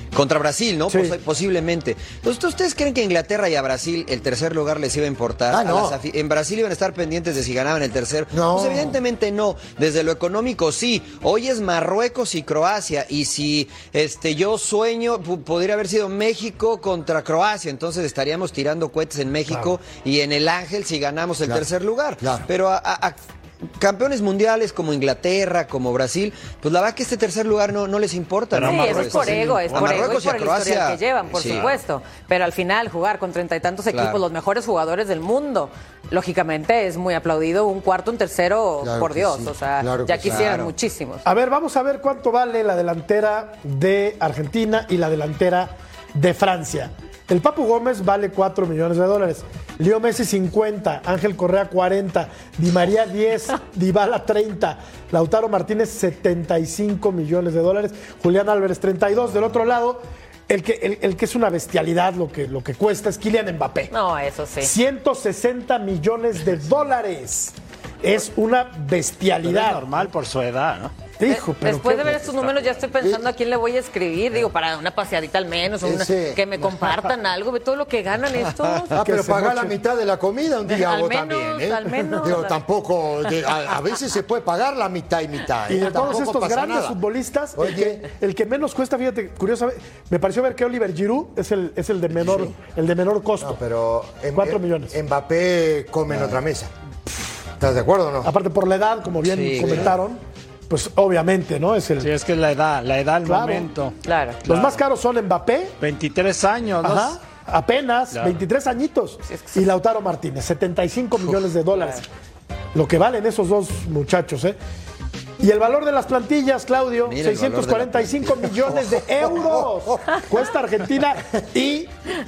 Contra Brasil, ¿no? Sí. Pos posiblemente. Entonces, ¿ustedes creen que Inglaterra y a Brasil el tercer lugar les iba a importar? Ah, no. A las en Brasil iban a estar pendientes de si ganaban el tercer. No. Pues evidentemente no. Desde lo económico sí. Hoy es Marruecos y Croacia. Y si este yo sueño, podría haber sido México contra Croacia. Entonces estaríamos tirando cohetes en México claro. y en el Ángel si ganamos el claro. tercer lugar. Claro. Pero a, a, a campeones mundiales como Inglaterra, como Brasil, pues la verdad que este tercer lugar no, no les importa. Sí, ¿no? eso es por ego, es a por ego y Marruecos por y a el Croacia, historial que llevan, por sí. supuesto. Pero al final, jugar con treinta y tantos equipos, Claro. los mejores jugadores del mundo, lógicamente es muy aplaudido. Un cuarto, un tercero, Claro por que Dios. sí, O sea, claro que ya sí. quisieran Claro. muchísimos. A ver, vamos a ver cuánto vale la delantera de Argentina y la delantera de Francia. El Papu Gómez vale cuatro millones de dólares. Leo Messi cincuenta, Ángel Correa cuarenta, Di María diez, Dybala treinta, Lautaro Martínez setenta y cinco millones de dólares, Julián Álvarez treinta y dos. Del otro lado, el que, el, el que es una bestialidad lo que, lo que cuesta es Kylian Mbappé. No, eso sí. ciento sesenta millones de dólares. Es una Pero bestialidad. es normal por su edad, ¿no? Hijo, pero Después qué- de ver estos números ya estoy pensando a quién le voy a escribir, digo, para una paseadita al menos, o una- Ese- que me compartan algo, ve todo lo que ganan estos. Ah, Que pero se pagar la moche. mitad de la comida un día Al vos menos, también, ¿eh? al menos. Digo, tampoco, de- a, a veces se puede pagar la mitad y mitad. Y ¿eh? de todos Tampoco estos pasa grandes nada. futbolistas, el Oye. que, el que menos cuesta, fíjate, curiosamente, me pareció ver que Oliver Giroud es el, es el de menor, el de menor costo. No, pero em- Cuatro em- millones. Mbappé come en otra mesa. ¿Estás de acuerdo o no? Aparte por la edad, como bien Sí, comentaron, pues obviamente, ¿no? Es el. Sí, es que es la edad, la edad, el Claro. momento. Claro. Los Claro. más caros son Mbappé, veintitrés años, ¿no? ajá, apenas Claro. veintitrés añitos, Sí, es que sí. y Lautaro Martínez, setenta y cinco millones de dólares. Lo que valen esos dos muchachos, ¿eh? Y el valor de las plantillas, Claudio, Mira el seiscientos cuarenta y cinco millones de euros. Cuesta Argentina y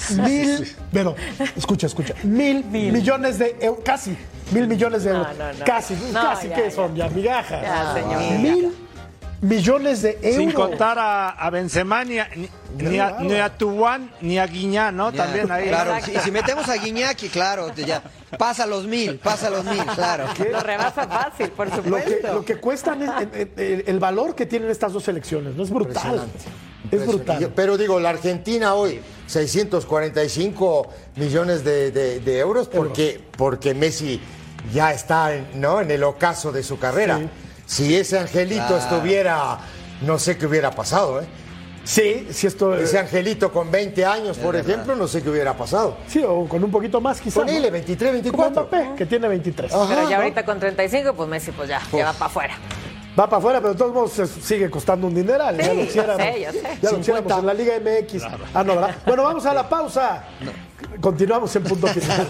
mil, pero escucha, escucha, mil, millones de euros, casi, mil millones de euros. No, no, no. Casi, No, casi, ya, ¿qué ya. son? Ya, migajas. Ya, señor. Mil millones de euros. Sin contar a, a Benzema, ni a, ni, ni a, ni a Tuan, ni a Guiñán, ¿no? Ya, También ahí. Claro, y si metemos a Guiñaki, claro, ya pasa los mil, pasa los mil, claro. Lo rebasa fácil, por Lo supuesto. que, lo que cuestan, es- en- en- en- el valor que tienen estas dos selecciones, ¿no? Es brutal. Es Yo- brutal. Pero digo, la Argentina hoy, seiscientos cuarenta y cinco millones de, de- de euros porque, porque Messi ya está en, ¿no? en el ocaso de su carrera. Sí. Si ese angelito Claro. estuviera, no sé qué hubiera pasado. ¿eh? Sí, sí, esto. Ese angelito con veinte años, por ejemplo, no sé qué hubiera pasado. Sí, o con un poquito más, quizás. Ponele ¿no? veintitrés, Como veinticuatro. Mbappé, que tiene veintitrés. Ajá. Pero ya ¿no? ahorita con treinta y cinco, pues Messi pues ya, ya va para afuera. Va para afuera, pero de todos modos se- sigue costando un dineral. Sí, ya lo ya hiciéramos, sé, ya sé. ya lo hiciéramos en la Liga M X. Ah, no, ¿verdad? Bueno, vamos a la pausa. Continuamos en punto final.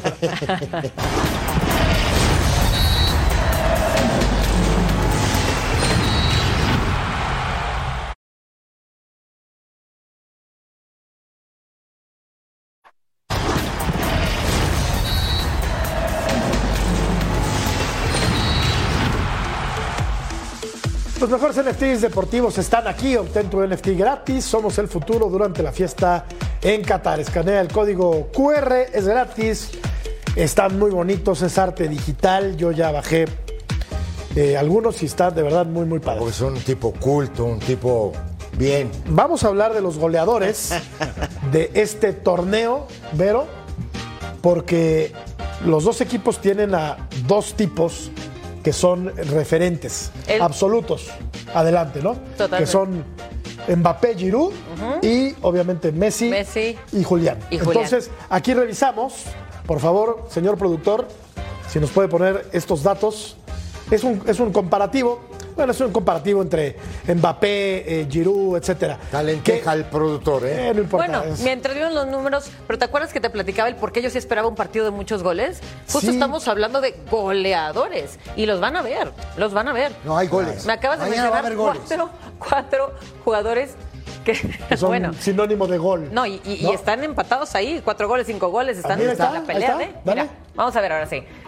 Los mejores N F Ts deportivos están aquí. Obtén tu N F T gratis. Somos el futuro durante la fiesta en Qatar. Escanea el código Q R, es gratis. Están muy bonitos, es arte digital. Yo ya bajé eh, algunos y están de verdad muy, muy Porque padres. son un tipo culto, un tipo bien. Vamos a hablar de los goleadores de este torneo, Vero, porque los dos equipos tienen a dos tipos que son referentes El- absolutos. Adelante, ¿no? Totalmente. Que son Mbappé, Giroud y obviamente Messi, Messi y Julián. y Julián. Entonces, aquí revisamos, por favor, señor productor, si nos puede poner estos datos. Es un, es un comparativo, bueno, es un comparativo entre Mbappé, eh, Giroud, etcétera. Talenteja el productor, ¿eh? Eh, no importa. Bueno, es- mientras vieron los números, pero ¿te acuerdas que te platicaba el por qué yo sí esperaba un partido de muchos goles? Justo Sí. estamos hablando de goleadores y los van a ver, los van a ver. No hay goles. Me acabas de Mañana va a mencionar haber goles. cuatro, cuatro jugadores que, que son bueno, sinónimo de gol. no, y, y- y ¿no? están empatados ahí, cuatro goles, cinco goles, están Ahí en está, la ahí pelea está, de. dale. Mira, vamos a ver ahora sí.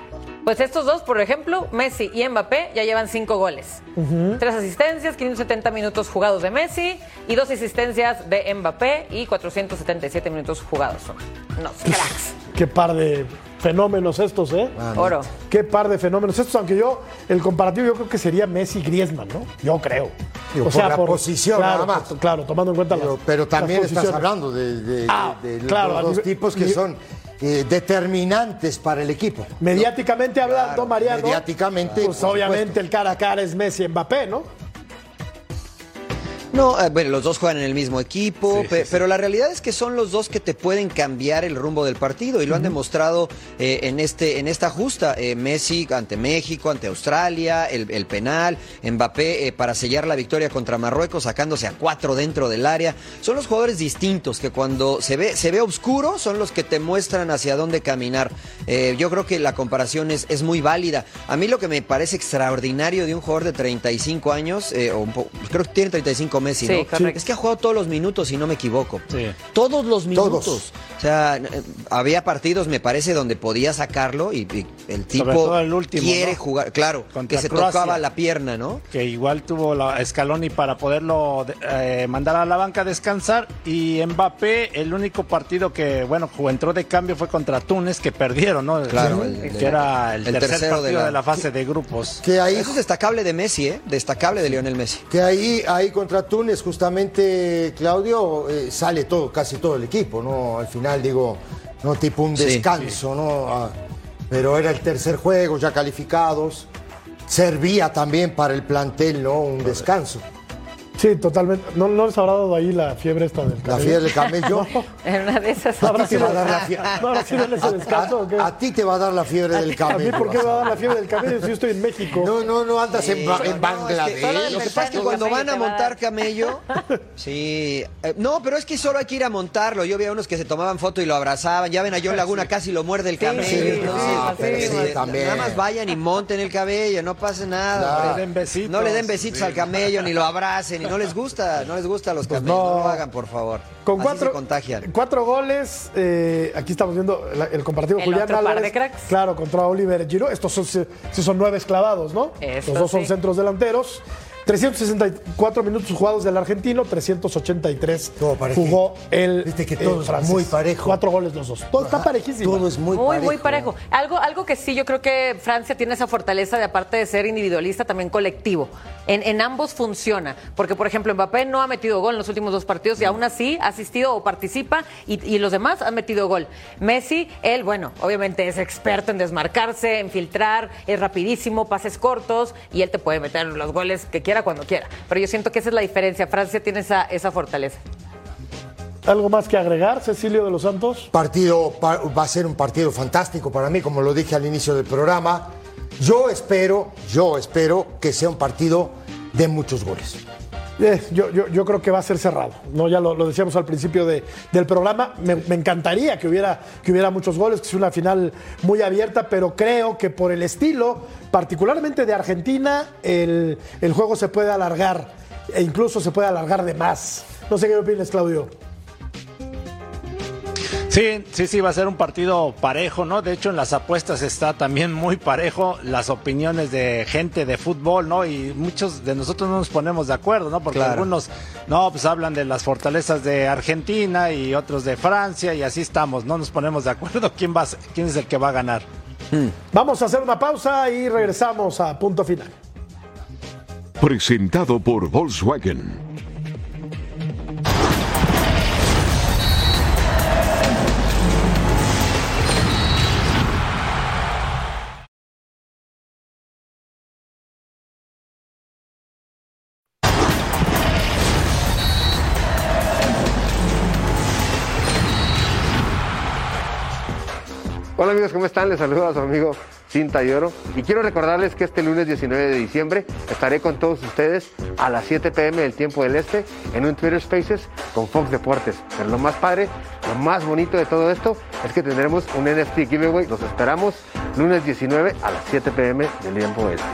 Pues estos dos, por ejemplo, Messi y Mbappé ya llevan cinco goles. Uh-huh. Tres asistencias, quinientos setenta minutos jugados de Messi y dos asistencias de Mbappé y cuatrocientos setenta y siete minutos jugados. Son unos cracks. Qué par de fenómenos estos, ¿eh? Ah, Oro. Qué par de fenómenos estos, aunque yo, el comparativo yo creo que sería Messi-Griezmann, ¿no? Yo creo. Digo, o sea, por la por, posición, claro, nada más. Por, claro, tomando en cuenta Pero, las pero también las estás hablando de, de, ah, de, de claro, los dos nivel, tipos que son eh, determinantes para el equipo. Mediáticamente ¿no? hablando, Claro, Mariano. Mediáticamente. Pues obviamente el cara a cara es Messi-Mbappé, ¿no? No, eh, bueno, los dos juegan en el mismo equipo, sí, pe- sí, sí. pero la realidad es que son los dos que te pueden cambiar el rumbo del partido y lo uh-huh. han demostrado eh, en este en esta justa. Eh, Messi ante México, ante Australia, el, el penal, Mbappé eh, para sellar la victoria contra Marruecos, sacándose a cuatro dentro del área. Son los jugadores distintos que cuando se ve se ve oscuro son los que te muestran hacia dónde caminar. Eh, yo creo que la comparación es, es muy válida. A mí lo que me parece extraordinario de un jugador de treinta y cinco años, eh, o un po- creo que tiene treinta y cinco Messi, sí, ¿no? correcto. Es que ha jugado todos los minutos, si no me equivoco. Sí. Todos los minutos. Todos. O sea, había partidos, me parece, donde podía sacarlo y, y el tipo Sobre todo el último, quiere ¿no? jugar. Claro, Contra que se Croacia. tocaba la pierna, ¿no? Que igual tuvo la Scaloni para poderlo eh, mandar a la banca a descansar. Y Mbappé, el único partido que, bueno, entró de cambio fue contra Túnez, que perdieron, ¿no? Claro, el, el- que era el, el tercer tercero partido de la- de la fase de grupos. Que ahí, Eso es destacable de Messi, ¿eh? Destacable de Lionel Messi. que ahí, ahí contra Túnez, justamente, Claudio, eh, sale todo, casi todo el equipo, ¿no? Al final, digo, no tipo un Sí, descanso, sí. ¿no? Ah, pero era el tercer juego, ya calificados. Servía también para el plantel, ¿no? Un descanso. Sí, totalmente. ¿No, no les habrá dado ahí la fiebre esta del La camello? fiebre del camello. En una de esas. ¿No habrá A ti te sido, va a dar la fiebre. ¿no habrá sido en ese descanso o qué? A, a ti te va a dar la fiebre del ¿A mí camello. por qué me va a dar la fiebre del camello si yo estoy en México? No, no, no andas en, Ba- Sí, en no, Bangladesh. es que solo el Lo que pasa es que Camello cuando van a te va a montar dar. camello, sí. eh, no, pero es que solo hay que ir a montarlo. Yo vi a unos que se tomaban foto y lo abrazaban. Ya ven a John Laguna, casi lo muerde el camello. sí, ¿no? sí, pero Que sí, se- también. Nada más vayan y monten el cabello, no pase nada. Claro. hombre. No le den besitos. No le den besitos Sí. al camello, ni lo abracen, y no les gusta, no les gusta a los Pues camellos. no. No. lo hagan, por favor. Con Así cuatro, se contagian. cuatro goles, eh, aquí estamos viendo la- el comparativo El Julián otro par Álvarez. de cracks. Claro, contra Oliver Giroud. Estos son, sí son nueve esclavados, ¿no? Estos Los dos son sí. centros delanteros. trescientos sesenta y cuatro minutos jugados del argentino, trescientos ochenta y tres Todo parejo. jugó el, Viste que el todo es francés. muy parejo. Cuatro goles los dos. Todo está parejísimo. Todo es muy, Muy, parejo. muy parejo. Algo, algo que sí, yo creo que Francia tiene esa fortaleza de, aparte de ser individualista, también colectivo. En, en ambos funciona. Porque, por ejemplo, Mbappé no ha metido gol en los últimos dos partidos y aún así ha asistido o participa y, y los demás han metido gol. Messi, él, bueno, obviamente es experto en desmarcarse, en filtrar, es rapidísimo, pases cortos y él te puede meter los goles que quiera cuando quiera. Pero yo siento que esa es la diferencia. Francia tiene esa, esa fortaleza. ¿Algo más que agregar, Cecilio de los Santos? Partido pa- va a ser un partido fantástico para mí, como lo dije al inicio del programa. Yo espero, yo espero que sea un partido de muchos goles. Eh, yo, yo, yo creo que va a ser cerrado. No, ya lo, lo decíamos al principio de- del programa. Me, me encantaría que hubiera, que hubiera muchos goles, que sea una final muy abierta, pero creo que por el estilo, particularmente de Argentina, el, el juego se puede alargar e incluso se puede alargar de más. No sé qué opinas, Claudio. Sí, sí, sí, va a ser un partido parejo, ¿no? De hecho, en las apuestas está también muy parejo las opiniones de gente de fútbol, ¿no? Y muchos de nosotros no nos ponemos de acuerdo, ¿no? Porque Claro. algunos, no, pues hablan de las fortalezas de Argentina y otros de Francia y así estamos, no nos ponemos de acuerdo quién va, a ser- quién es el que va a ganar. Vamos a hacer una pausa y regresamos a Punto Final. Presentado por Volkswagen. Hola amigos, ¿cómo están? Les saludo a su amigo Cinta y Oro. Y quiero recordarles que este lunes diecinueve de diciembre estaré con todos ustedes a las siete pe eme del tiempo del este en un Twitter Spaces con Fox Deportes. Pero lo más padre, lo más bonito de todo esto es que tendremos un N F T giveaway. Los esperamos lunes diecinueve a las siete pe eme del tiempo del este.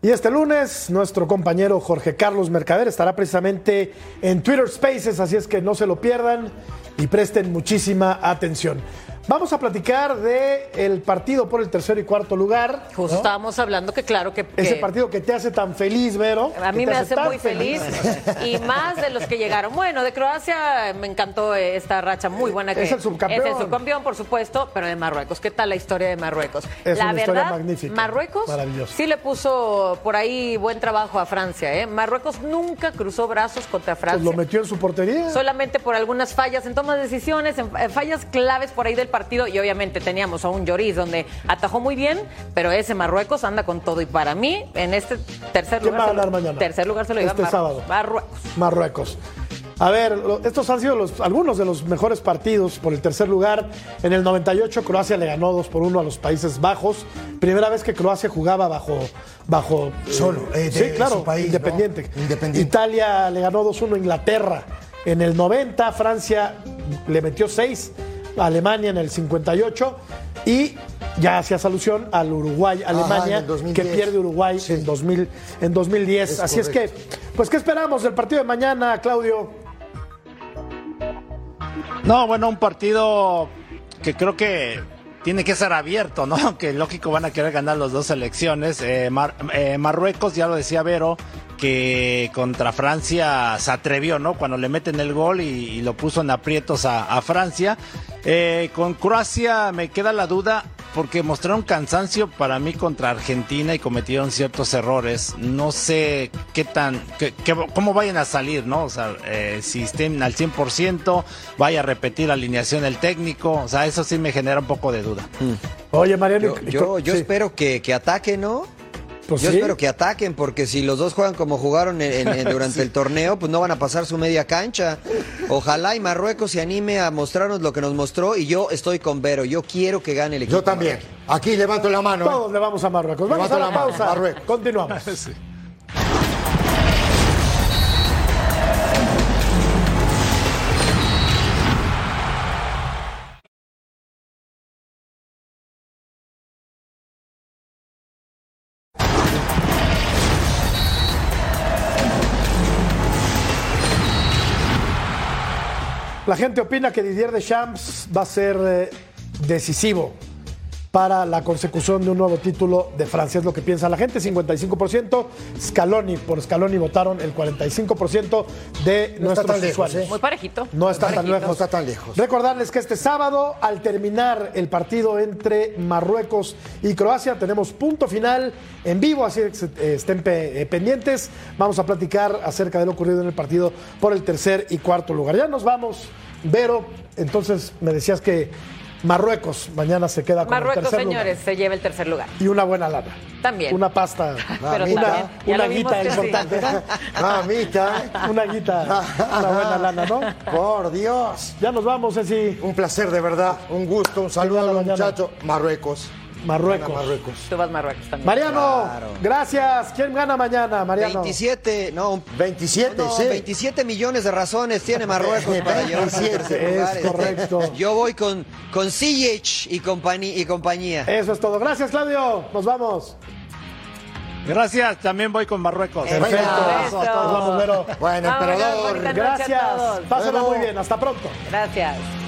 Y este lunes, nuestro compañero Jorge Carlos Mercader estará precisamente en Twitter Spaces, así es que no se lo pierdan y presten muchísima atención. Vamos a platicar del partido por el tercer y cuarto lugar. Justo ¿no? estábamos hablando que claro que... Ese que partido que te hace tan feliz, Vero. a mí me hace tan muy feliz. y más de los que llegaron. Bueno, de Croacia me encantó esta racha muy buena. Que es el subcampeón. Es el subcampeón, por supuesto, pero de Marruecos. ¿Qué tal la historia de Marruecos? Es la una verdad, historia magnífica. Marruecos Maravilloso. sí le puso por ahí buen trabajo a Francia. ¿eh? Marruecos nunca cruzó brazos contra Francia. Pues lo metió en su portería. Solamente por algunas fallas en toma de decisiones, en, en fallas claves por ahí del partido y obviamente teníamos a un Lloris donde atajó muy bien, pero ese Marruecos anda con todo y para mí en este tercer ¿Quién lugar va a se lo- ganar mañana? tercer lugar se lo lleva Este Mar- sábado. Marruecos. Marruecos. A ver, lo- estos han sido los, algunos de los mejores partidos por el tercer lugar. En el noventa y ocho Croacia le ganó dos por uno a los Países Bajos. Primera vez que Croacia jugaba bajo... bajo Solo, eh, de sí, claro, su país, independiente. ¿no? Independiente. Italia le ganó dos uno a Inglaterra. En el noventa Francia le metió seis a Alemania en el cincuenta y ocho. Y ya hacías alusión al Uruguay, Alemania, en el dos mil que diez. pierde Uruguay Sí. en, dos mil, en dos mil diez. Es Así es que, correcto. pues, ¿qué esperamos del partido de mañana, Claudio? No, bueno, un partido que creo que tiene que ser abierto, ¿no? Que lógico van a querer ganar las dos selecciones. Eh, Mar- eh, Marruecos, ya lo decía Vero, que contra Francia se atrevió, ¿no? Cuando le meten el gol y, y lo puso en aprietos a, a Francia. Eh, con Croacia me queda la duda porque mostraron cansancio para mí contra Argentina y cometieron ciertos errores. No sé qué tan, qué, qué- cómo vayan a salir, ¿no? O sea, eh, si estén al cien por ciento, vaya a repetir la alineación el técnico. O sea, eso sí me genera un poco de duda. Oye, Mariano. Yo, y- y- yo, yo sí. espero que, que ataquen, ¿no? Pues Yo sí. espero que ataquen, porque si los dos juegan como jugaron en- en- en- durante el torneo, pues no van a pasar su media cancha. Ojalá y Marruecos se anime a mostrarnos lo que nos mostró, y yo estoy con Vero. Yo quiero que gane el equipo. Yo también. Aquí levanto la mano. ¿eh? Todos le vamos a Marruecos. Vamos Levanta a la, la mano, pausa. Marruecos. Continuamos. La gente opina que Didier Deschamps va a ser eh, decisivo para la consecución de un nuevo título de Francia. Es lo que piensa la gente, cincuenta y cinco por ciento. Scaloni, por Scaloni votaron el cuarenta y cinco por ciento de No está nuestros tan lejos, usuarios. ¿eh? Muy parejito. No está Muy tan parejito. lejos. No está tan lejos. Recordarles que este sábado, al terminar el partido entre Marruecos y Croacia, tenemos punto final en vivo, así que eh, estén pe- eh, pendientes. Vamos a platicar acerca de lo ocurrido en el partido por el tercer y cuarto lugar. Ya nos vamos, Vero. Entonces me decías que Marruecos mañana se queda con Marruecos, el tercer señores, lugar. se lleva el tercer lugar. Y una buena lana. También. Una pasta. Pero una también, ya una lo vimos guita que sí. importante. Mamita, ¿eh? Una guita, una buena lana, ¿no? Por Dios. Ya nos vamos, Ceci. Un placer de verdad, un gusto, un saludo a gana los mañana? muchachos. Marruecos. Marruecos. Gana Marruecos. Tú vas Marruecos también. Mariano, Claro. gracias. ¿Quién gana mañana, Mariano? veintisiete, no, un- veintisiete, no, sí. veintisiete millones de razones tiene Marruecos para llevarse al tercer Es lugar. Este, correcto. Yo voy con, con Ziyech y, compañía, y compañía. Eso es todo. Gracias, Claudio. Nos vamos. Gracias, también voy con Marruecos. Perfecto. Eso. Nos vamos, Vero. Bueno, Vámonos, emperador. bonita noche a Gracias. todos. Pásenla Luego. muy bien. Hasta pronto. Gracias.